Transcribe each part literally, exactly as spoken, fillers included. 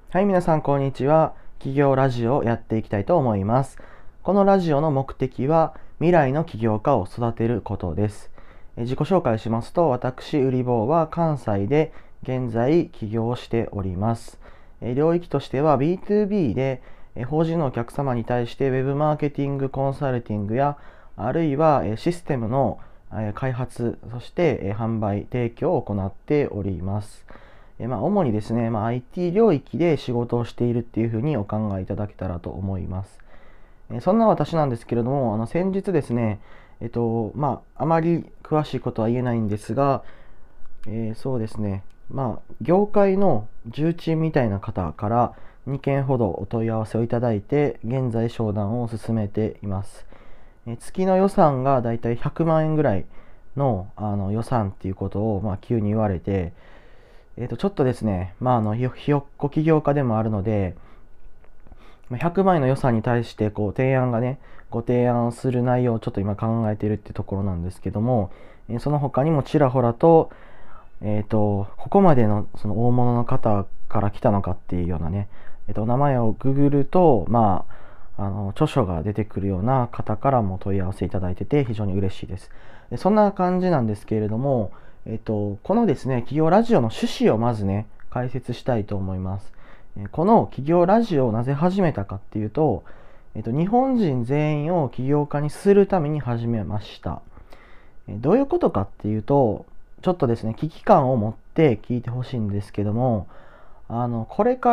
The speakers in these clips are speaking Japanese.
はい、皆さん、こんにちは。企業ラジオをやっていきたいと思います。このラジオの目的は、未来の起業家を育てることです。え自己紹介しますと、私、ウリボーは関西で現在起業をしております。え領域としては ビーツービー で、え法人のお客様に対して Web マーケティングコンサルティングや、あるいはシステムの開発、そして販売、提供を行っております。えまあ、主にですね、まあ、アイティー 領域で仕事をしているっていうふうにお考えいただけたらと思います。えそんな私なんですけれども、あの先日ですね、えっと、まあ、あまり詳しいことは言えないんですが、えー、そうですね、まあ、業界の重鎮みたいな方からにけんほどお問い合わせをいただいて、現在商談を進めています。え月の予算がだいたいひゃくまんえんぐらいの、あの予算っていうことを、まあ、急に言われて、えっと、ちょっとですね、まあ、あの、ひよひよっこ起業家でもあるので、ひゃくまん円の予算に対して、こう、提案がね、ご提案する内容をちょっと今考えているってところなんですけども、えその他にもちらほらと、えっと、ここまでのその大物の方から来たのかっていうようなね、えっと、名前をググると、まあ、あの、著書が出てくるような方からも問い合わせいただいてて、非常に嬉しいです。でそんな感じなんですけれども、えっと、このですね、企業ラジオの趣旨をまずね、解説したいと思います。この企業ラジオをなぜ始めたかっていうと、えっと、日本人全員を起業家にするために始めました。どういうことかっていうと、ちょっとですね、危機感を持って聞いてほしいんですけども、あの、これから、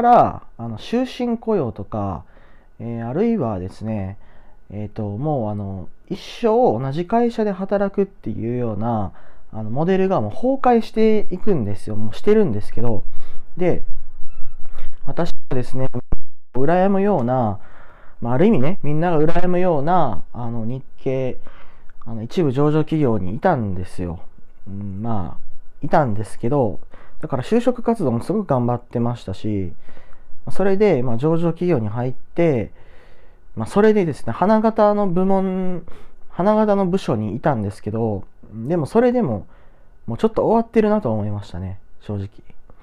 あの、終身雇用とか、えー、あるいはですね、えっと、もうあの、一生同じ会社で働くっていうような、あの、モデルがもう崩壊していくんですよ。もうしてるんですけど、で、私はですね、羨むような、まあ、ある意味ね、みんなが羨むような、あの、日系、あの、一部上場企業にいたんですよ。うん、まあ、いたんですけど、だから就職活動もすごく頑張ってましたし、それで、まあ、上場企業に入って、まあ、それでですね、花形の部門、花形の部署にいたんですけど、でもそれでも、もうちょっと終わってるなと思いましたね、正直。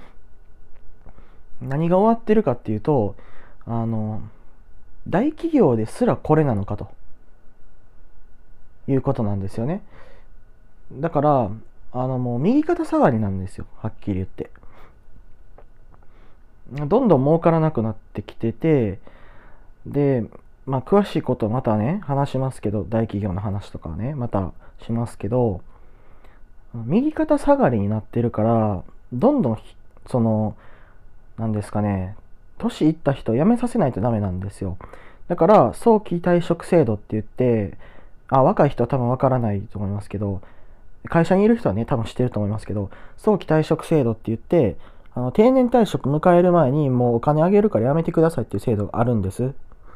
何が終わってるかっていうと、あの、大企業ですらこれなのかということなんですよね。だから、あのもう右肩下がりなんですよ、はっきり言って。どんどん儲からなくなってきてて、で、まあ詳しいことまたね、話しますけど、大企業の話とかね、またしますけど、右肩下がりになってるから、どんどん、その、なんですかね、年いった人を辞めさせないとダメなんですよ。だから、早期退職制度って言って、あ、若い人は多分わからないと思いますけど、会社にいる人はね、多分知ってると思いますけど、早期退職制度って言って、あの定年退職迎える前にもうお金あげるからやめてくださいっていう制度があるんです。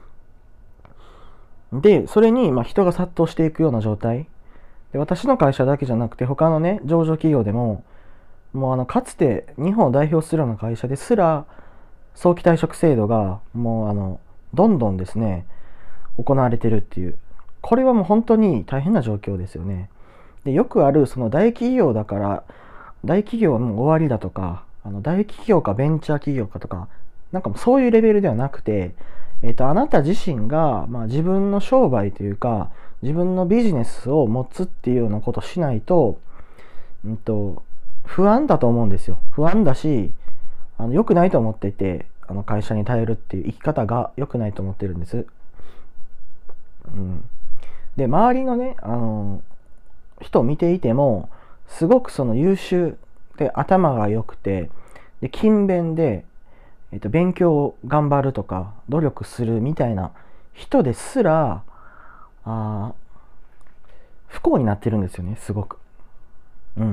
で、それにまあ人が殺到していくような状態。で、私の会社だけじゃなくて他のね、上場企業でも、もうあのかつて日本を代表するような会社ですら、早期退職制度がもうあの、どんどんですね、行われてるっていう。これはもう本当に大変な状況ですよね。で、よくあるその大企業だから、大企業の終わりだとか、あの大企業かベンチャー企業かとか、なんかもうそういうレベルではなくて、えっと、あなた自身が、まあ、自分の商売というか、自分のビジネスを持つっていうようなことをしないと、うんと、不安だと思うんですよ。不安だし、あの良くないと思っていて、あの会社に頼るっていう生き方が良くないと思ってるんです。うん。で、周りのね、あの、人を見ていても、すごくその優秀で頭が良くて、で勤勉で、えっと、勉強を頑張るとか努力するみたいな人ですらあ不幸になってるんですよね、すごく。うん。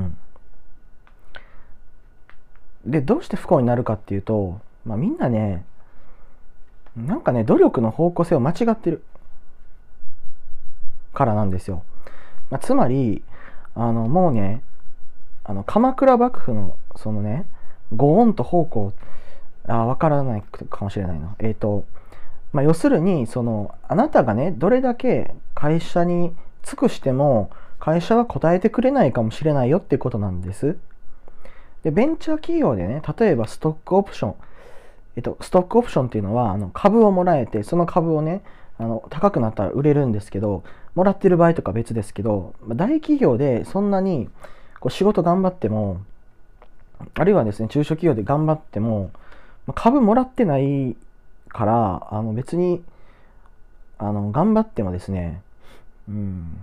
で、どうして不幸になるかっていうと、まあ、みんなね、なんかね、努力の方向性を間違ってるからなんですよ。まあ、つまり、あの、もうね、あの、鎌倉幕府の、そのね、ご恩と奉公、あ、わからないかもしれないな。えっと、まあ、要するに、その、あなたがね、どれだけ会社に尽くしても、会社は答えてくれないかもしれないよっていうことなんです。で、ベンチャー企業でね、例えばストックオプション、 えっと、ストックオプションっていうのは、あの株をもらえて、その株をね、あの高くなったら売れるんですけど、もらってる場合とか別ですけど、大企業でそんなにこう仕事頑張っても、あるいはですね、中小企業で頑張っても、株もらってないから、あの別に、あの、頑張ってもですね、うん、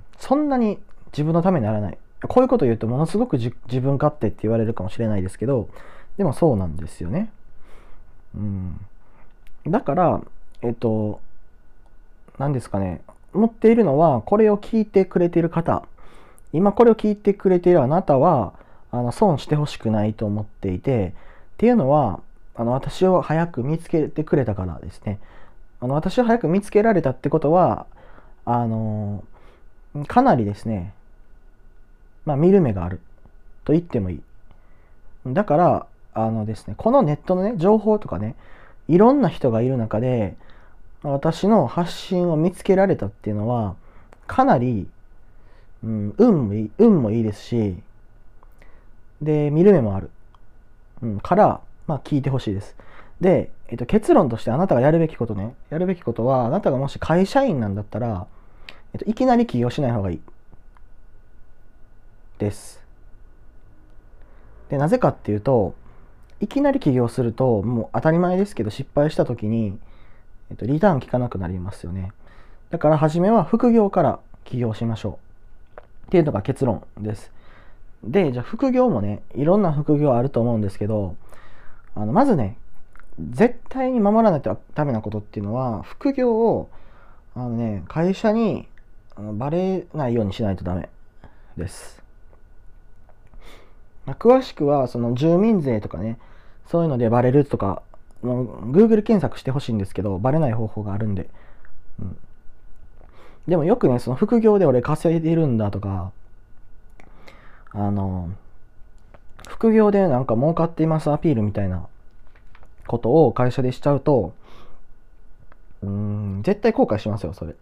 そんなに自分のためにならない。こういうこと言うとものすごく自分勝手って言われるかもしれないですけど、でもそうなんですよね。うん、だから、えっと、何ですかね、持っているのは、これを聞いてくれている方、今これを聞いてくれているあなたは、あの損してほしくないと思っていて、っていうのは、あの私を早く見つけてくれたからですね。あの私を早く見つけられたってことは、あのかなりですね、まあ、見る目があると言ってもいい。だから、あのですね、このネットのね、情報とかね、いろんな人がいる中で、私の発信を見つけられたっていうのは、かなり、うん、運もいい、運もいいですし、で、見る目もある。うん、から、まあ、聞いてほしいです。で、えっと、結論としてあなたがやるべきことね、やるべきことは、あなたがもし会社員なんだったら、えっと、いきなり起業しない方がいい。です。で、なぜかっていうと、いきなり起業すると、もう当たり前ですけど、失敗した時に、えっと、リターン効かなくなりますよね。だから、初めは副業から起業しましょう。っていうのが結論です。で、じゃあ副業もね、いろんな副業あると思うんですけど、あのまずね、絶対に守らないとダメなことっていうのは、副業をあの、ね、会社にバレないようにしないとダメです。まあ、詳しくはその住民税とかね、そういうのでバレるとか、もう Google 検索してほしいんですけど、バレない方法があるんで。うん、でもよくね、その副業で俺稼いでるんだとか、あの、副業でなんか儲かっていますアピールみたいなことを会社でしちゃうと、うーん、絶対後悔しますよ、それ。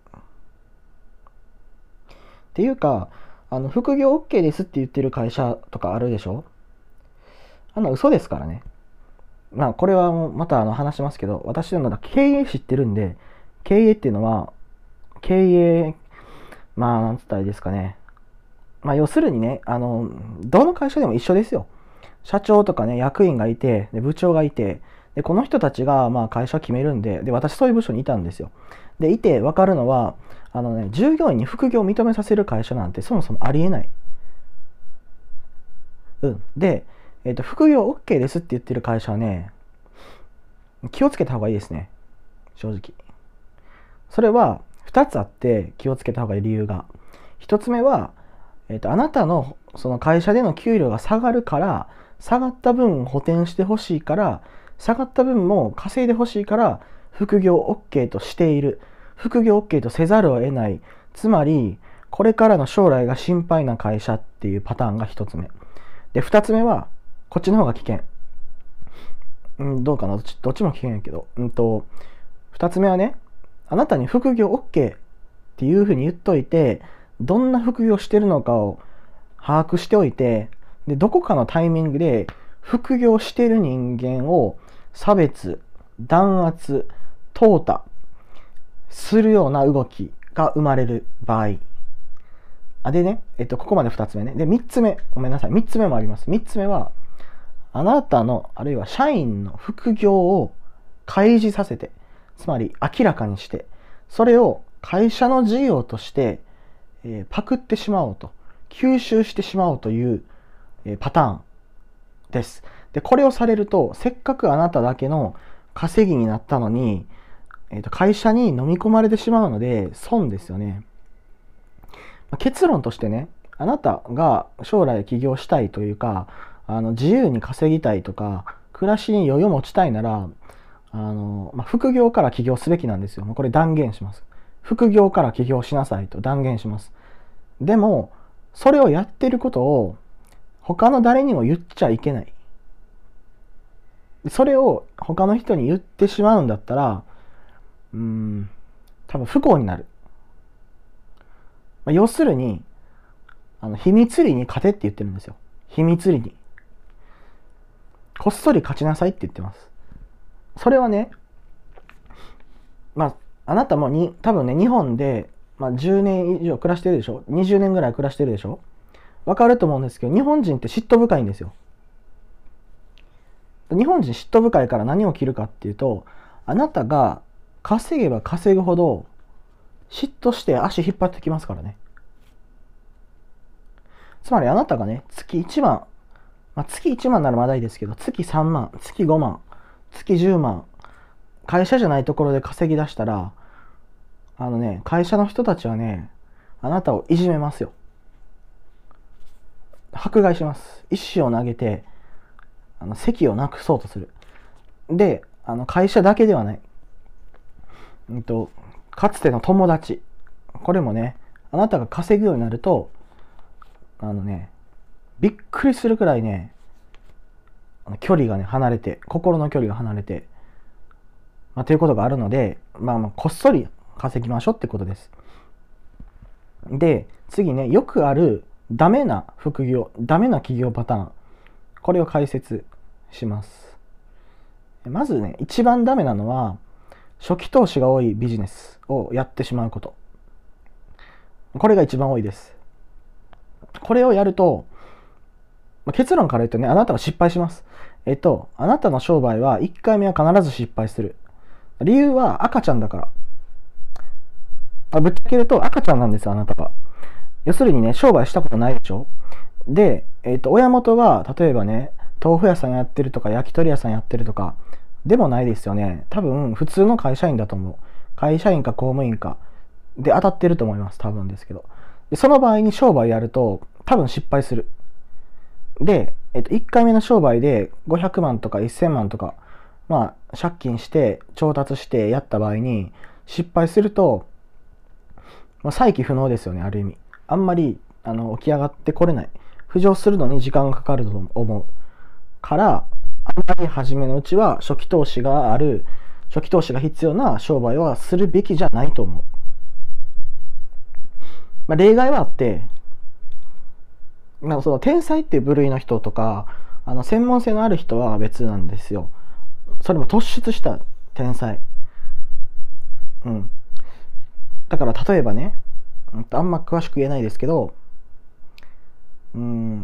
っていうか、あの、副業 OK ですって言ってる会社とかあるでしょ？あんな嘘ですからね。まあ、これはもうまたあの話しますけど、私のだ経営知ってるんで、経営っていうのは、経営、まあ、なんつったらいいですかね。まあ、要するにね、あの、どの会社でも一緒ですよ。社長とかね、役員がいて、で部長がいて、で、この人たちが、まあ、会社決めるんで、で、私そういう部署にいたんですよ。で、いて分かるのは、あのね、従業員に副業を認めさせる会社なんてそもそもありえない。うん。で、えっと、副業 OK ですって言ってる会社はね、気をつけた方がいいですね。正直。それはふたつあって気をつけた方がいい理由が。ひとつめは、えっと、あなたのその会社での給料が下がるから、下がった分補填してほしいから、下がった分も稼いでほしいから、副業 OK としている。副業 OK とせざるを得ない。つまり、これからの将来が心配な会社っていうパターンがひとつめ。で、ふたつめは、こっちの方が危険。うん、どうかなどっち、どっちも危険やけど。うんと、ふたつめはね、あなたに副業 OK っていうふうに言っといて、どんな副業してるのかを把握しておいて、で、どこかのタイミングで副業してる人間を差別、弾圧、淘汰するような動きが生まれる場合。あ、でね、えっと、ここまでふたつめね。で、みっつめ、ごめんなさい。みっつめもあります。みっつめは、あなたの、あるいは社員の副業を開示させて、つまり明らかにして、それを会社の事業として、えー、パクってしまおうと、吸収してしまおうという、えー、パターンです。で、これをされると、せっかくあなただけの稼ぎになったのに、えー、と会社に飲み込まれてしまうので、損ですよね。結論としてね、あなたが将来起業したいというか、あの自由に稼ぎたいとか、暮らしに余裕を持ちたいなら、あの、まあ、副業から起業すべきなんですよ。これ断言します。副業から起業しなさいと断言します。でも、それをやってることを他の誰にも言っちゃいけない。それを他の人に言ってしまうんだったら、うーん、多分不幸になる。まあ、要するに、あの秘密裏に勝てって言ってるんですよ。秘密裏に。こっそり勝ちなさいって言ってます。 それはね、まあ、あなたもに多分ね、日本で、まあ、じゅうねん以上暮らしてるでしょ。にじゅうねんぐらい暮らしてるでしょ。わかると思うんですけど、日本人って嫉妬深いんですよ。日本人嫉妬深いから何を着るかっていうと、あなたが稼げば稼ぐほど嫉妬して足引っ張ってきますからね。つまりあなたがね、月いちまん、まあ、月いちまんならまだいいですけど、月さんまん、月ごまん、月じゅうまん、会社じゃないところで稼ぎ出したら、あのね、会社の人たちはね、あなたをいじめますよ。迫害します。石を投げて、あの席をなくそうとする。で、あの会社だけではない。うんと、かつての友達。これもね、あなたが稼ぐようになると、あのね、びっくりするくらいね、距離がね、離れて、心の距離が離れて、まあ、ということがあるので、まあまあ、こっそり稼ぎましょうってことです。で、次ね、よくあるダメな副業、ダメな企業パターン。これを解説します。まずね、一番ダメなのは、初期投資が多いビジネスをやってしまうこと。これが一番多いです。これをやると、結論から言うとね、あなたは失敗します。えっと、あなたの商売はいっかいめは必ず失敗する。理由は赤ちゃんだから。ぶっちゃけると赤ちゃんなんですよ、あなたが。要するにね、商売したことないでしょ。で、えっと、親元が、例えばね、豆腐屋さんやってるとか、焼き鳥屋さんやってるとか、でもないですよね。多分、普通の会社員だと思う。会社員か公務員か。で、当たってると思います。多分ですけど。でその場合に商売やると、多分失敗する。で、えっと、いっかいめの商売でごひゃくまんとかせんまんとか、まあ、借金して、調達してやった場合に、失敗すると、まあ、再起不能ですよね、ある意味。あんまり、あの、起き上がってこれない。浮上するのに時間がかかると思う。から、あんまり初めのうちは初期投資がある、初期投資が必要な商売はするべきじゃないと思う。まあ、例外はあって、なんかその天才っていう部類の人とか、あの専門性のある人は別なんですよ。それも突出した天才。うん。だから例えばね、あんま詳しく言えないですけど、うん、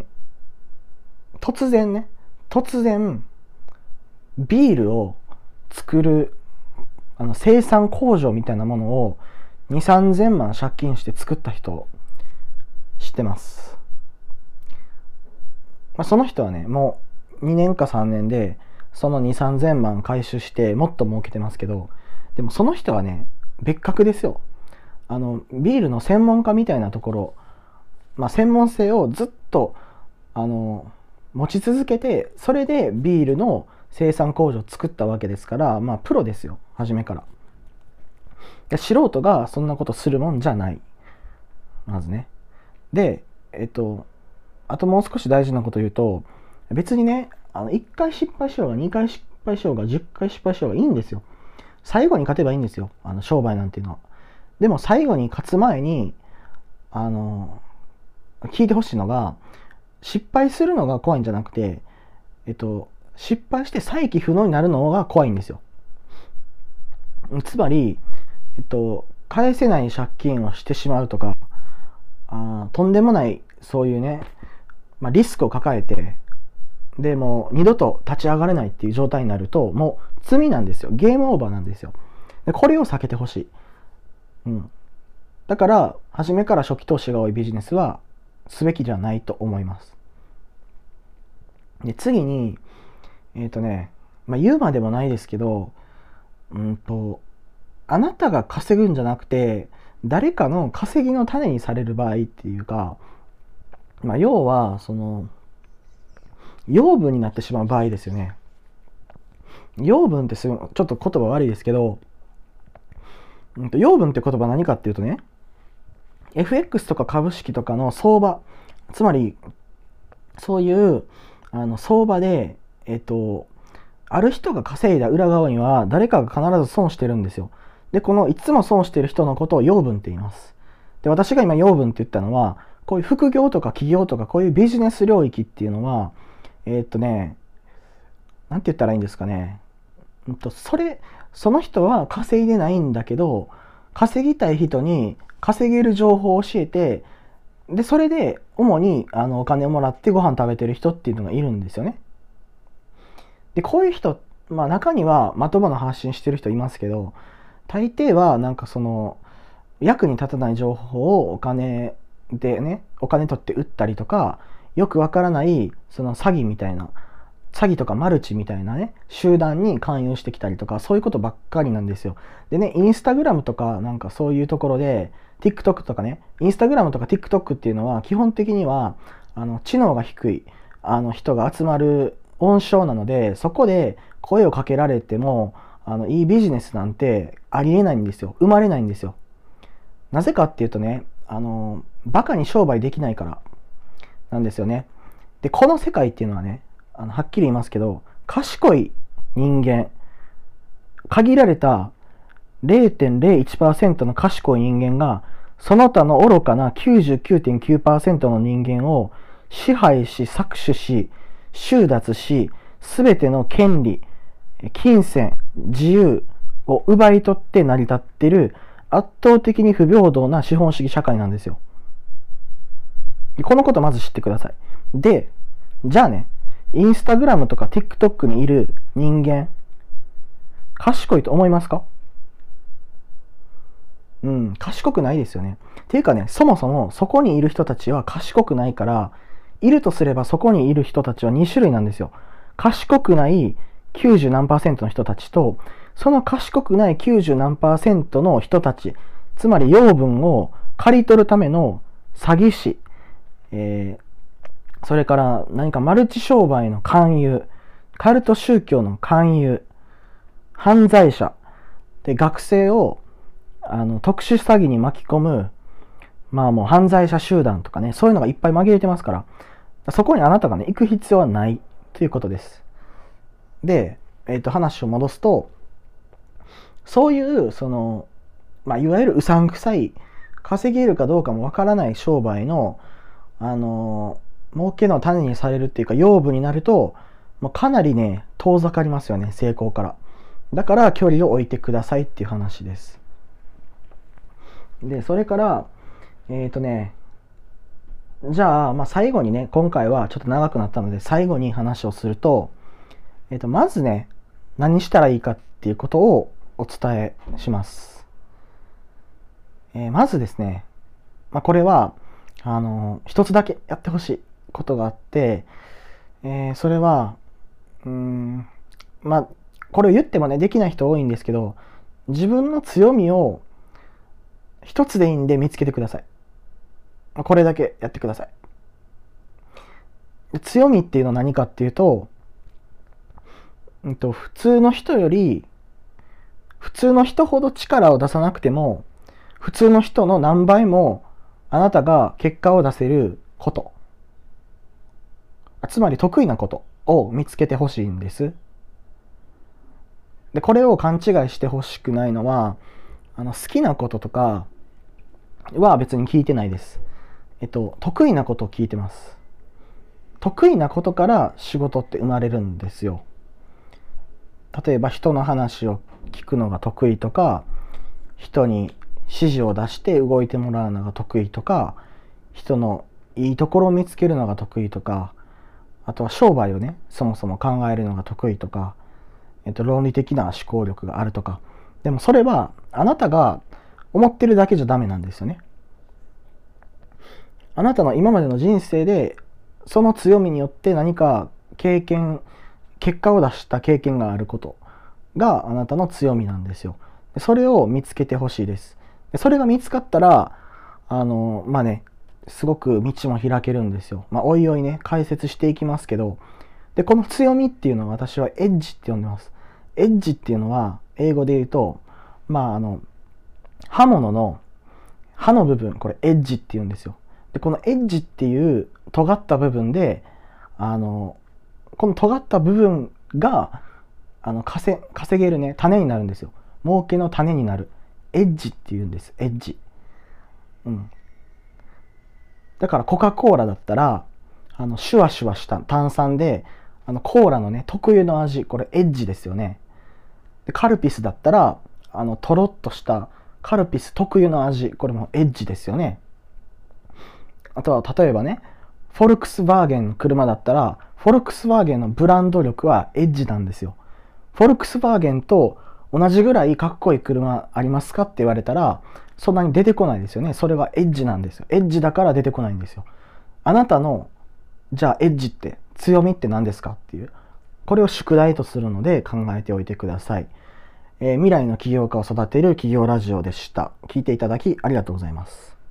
突然ね、突然、ビールを作る、あの生産工場みたいなものをに、さんぜんまん借金して作った人、知ってます。まあ、その人はね、もうにねんかさんねんで、そのに、さんぜんまん回収してもっと儲けてますけど、でもその人はね、別格ですよ。あの、ビールの専門家みたいなところ、まあ、専門性をずっと、あの、持ち続けて、それでビールの生産工場を作ったわけですから、まあ、プロですよ、初めから。で素人がそんなことするもんじゃない。まずね。で、えっと、あともう少し大事なこと言うと、別にね、あのいっかい失敗しようがにかい失敗しようがじゅっかい失敗しようがいいんですよ。最後に勝てばいいんですよ。あの商売なんていうのは。でも最後に勝つ前に、あの、聞いてほしいのが、失敗するのが怖いんじゃなくて、えっと、失敗して再起不能になるのが怖いんですよ。つまり、えっと、返せない借金をしてしまうとか、あとんでもないそういうね、まあ、リスクを抱えて、でもう二度と立ち上がれないっていう状態になると、もう罪なんですよ。ゲームオーバーなんですよ。でこれを避けてほしい。うん。だから、初めから初期投資が多いビジネスは、すべきじゃないと思います。で、次に、えっとね、まあ、言うまでもないですけど、うんと、あなたが稼ぐんじゃなくて、誰かの稼ぎの種にされる場合っていうか、まあ、要は、その、養分になってしまう場合ですよね。養分ってすごい、ちょっと言葉悪いですけど、うんと、養分って言葉は何かっていうとね、エフエックス とか株式とかの相場、つまり、そういうあの相場で、えっと、ある人が稼いだ裏側には誰かが必ず損してるんですよ。で、このいつも損してる人のことを養分って言います。で、私が今養分って言ったのは、こういう副業とか企業とかこういうビジネス領域っていうのは、えー、っとね、なんて言ったらいいんですかね。 うんと、それ、その人は稼いでないんだけど、稼ぎたい人に稼げる情報を教えて、で、それで主にあのお金をもらってご飯食べてる人っていうのがいるんですよね。で、こういう人、まあ中にはまともな発信してる人いますけど、大抵はなんかその、役に立たない情報をお金でね、お金取って売ったりとか、よくわからないその詐欺みたいな、詐欺とかマルチみたいなね、集団に勧誘してきたりとか、そういうことばっかりなんですよ。でね、インスタグラムとかなんかそういうところで、TikTok とかね、インスタグラムとか TikTok っていうのは基本的には、あの、知能が低い、あの人が集まる温床なので、そこで声をかけられても、あの、いいビジネスなんてありえないんですよ。生まれないんですよ。なぜかっていうとね、あの、バカに商売できないからなんですよね。で、この世界っていうのはね、あのはっきり言いますけど、賢い人間、限られた ゼロてんゼロいちパーセント の賢い人間が、その他の愚かな きゅうじゅうきゅうてんきゅうパーセント の人間を支配し、搾取し、収奪し、すべての権利、金銭、自由を奪い取って成り立っている圧倒的に不平等な資本主義社会なんですよ。このことまず知ってください。で、じゃあね、インスタグラムとか TikTok にいる人間、賢いと思いますか？うん、賢くないですよね。っていうかね、そもそもそこにいる人たちは賢くないから、いるとすればそこにいる人たちはに種類なんですよ。賢くないきゅうじゅう何パーセントの人たちと、その賢くないきゅうじゅう何パーセントの人たち、つまり養分を刈り取るための詐欺師、えーそれから何かマルチ商売の勧誘、カルト宗教の勧誘、犯罪者、で学生をあの特殊詐欺に巻き込む、まあもう犯罪者集団とかね、そういうのがいっぱい紛れてますから、そこにあなたがね、行く必要はないということです。で、えっと、話を戻すと、そういう、その、まあ、いわゆるうさんくさい、稼げるかどうかもわからない商売の、あの、儲けの種にされるっていうか養分になると、もうかなりね遠ざかりますよね、成功から。だから距離を置いてくださいっていう話です。でそれからえっ、ー、とねじゃあ、まあ、最後にね、今回はちょっと長くなったので最後に話をすると、えー、とまずね、何したらいいかっていうことをお伝えします。えー、まずですね、まあ、これはあの一つだけやってほしいことがあって、えー、それはうーんまあこれを言ってもねできない人多いんですけど、自分の強みを一つでいいんで見つけてください。これだけやってください。強みっていうのは何かっていうと、うんと、普通の人より普通の人ほど力を出さなくても普通の人の何倍もあなたが結果を出せること、つまり得意なことを見つけてほしいんです。でこれを勘違いしてほしくないのは、あの好きなこととかは別に聞いてないです。えっと得意なことを聞いてます。得意なことから仕事って生まれるんですよ。例えば人の話を聞くのが得意とか、人に指示を出して動いてもらうのが得意とか、人のいいところを見つけるのが得意とか、あとは商売をねそもそも考えるのが得意とか、えっと、論理的な思考力があるとか。でもそれはあなたが思ってるだけじゃダメなんですよね。あなたの今までの人生でその強みによって何か経験、結果を出した経験があることがあなたの強みなんですよ。それを見つけてほしいです。それが見つかったら、あの、まあね、すごく道も開けるんですよ。まあ、おいおいね、解説していきますけど、で、この強みっていうのは私はエッジって呼んでます。エッジっていうのは、英語で言うと、まあ、あの、刃物の刃の部分、これエッジって言うんですよ。で、このエッジっていう尖った部分で、あの、この尖った部分が、あの、稼、稼げるね、種になるんですよ。儲けの種になる。エッジって言うんです。エッジ。うん。だからコカ・コーラだったら、あの、シュワシュワした炭酸で、あの、コーラのね、特有の味、これエッジですよね。 でカルピスだったら、あの、とろっとしたカルピス特有の味。これもエッジですよね。あとは、例えばね、フォルクスワーゲンの車だったら、フォルクスワーゲンのブランド力はエッジなんですよ。フォルクスワーゲンと同じぐらいかっこいい車ありますかって言われたら、そんなに出てこないですよね。それはエッジなんですよ。エッジだから出てこないんですよ。あなたの、じゃあエッジって強みって何ですかっていう。これを宿題とするので考えておいてください。えー、未来の起業家を育てる企業ラジオでした。聞いていただきありがとうございます。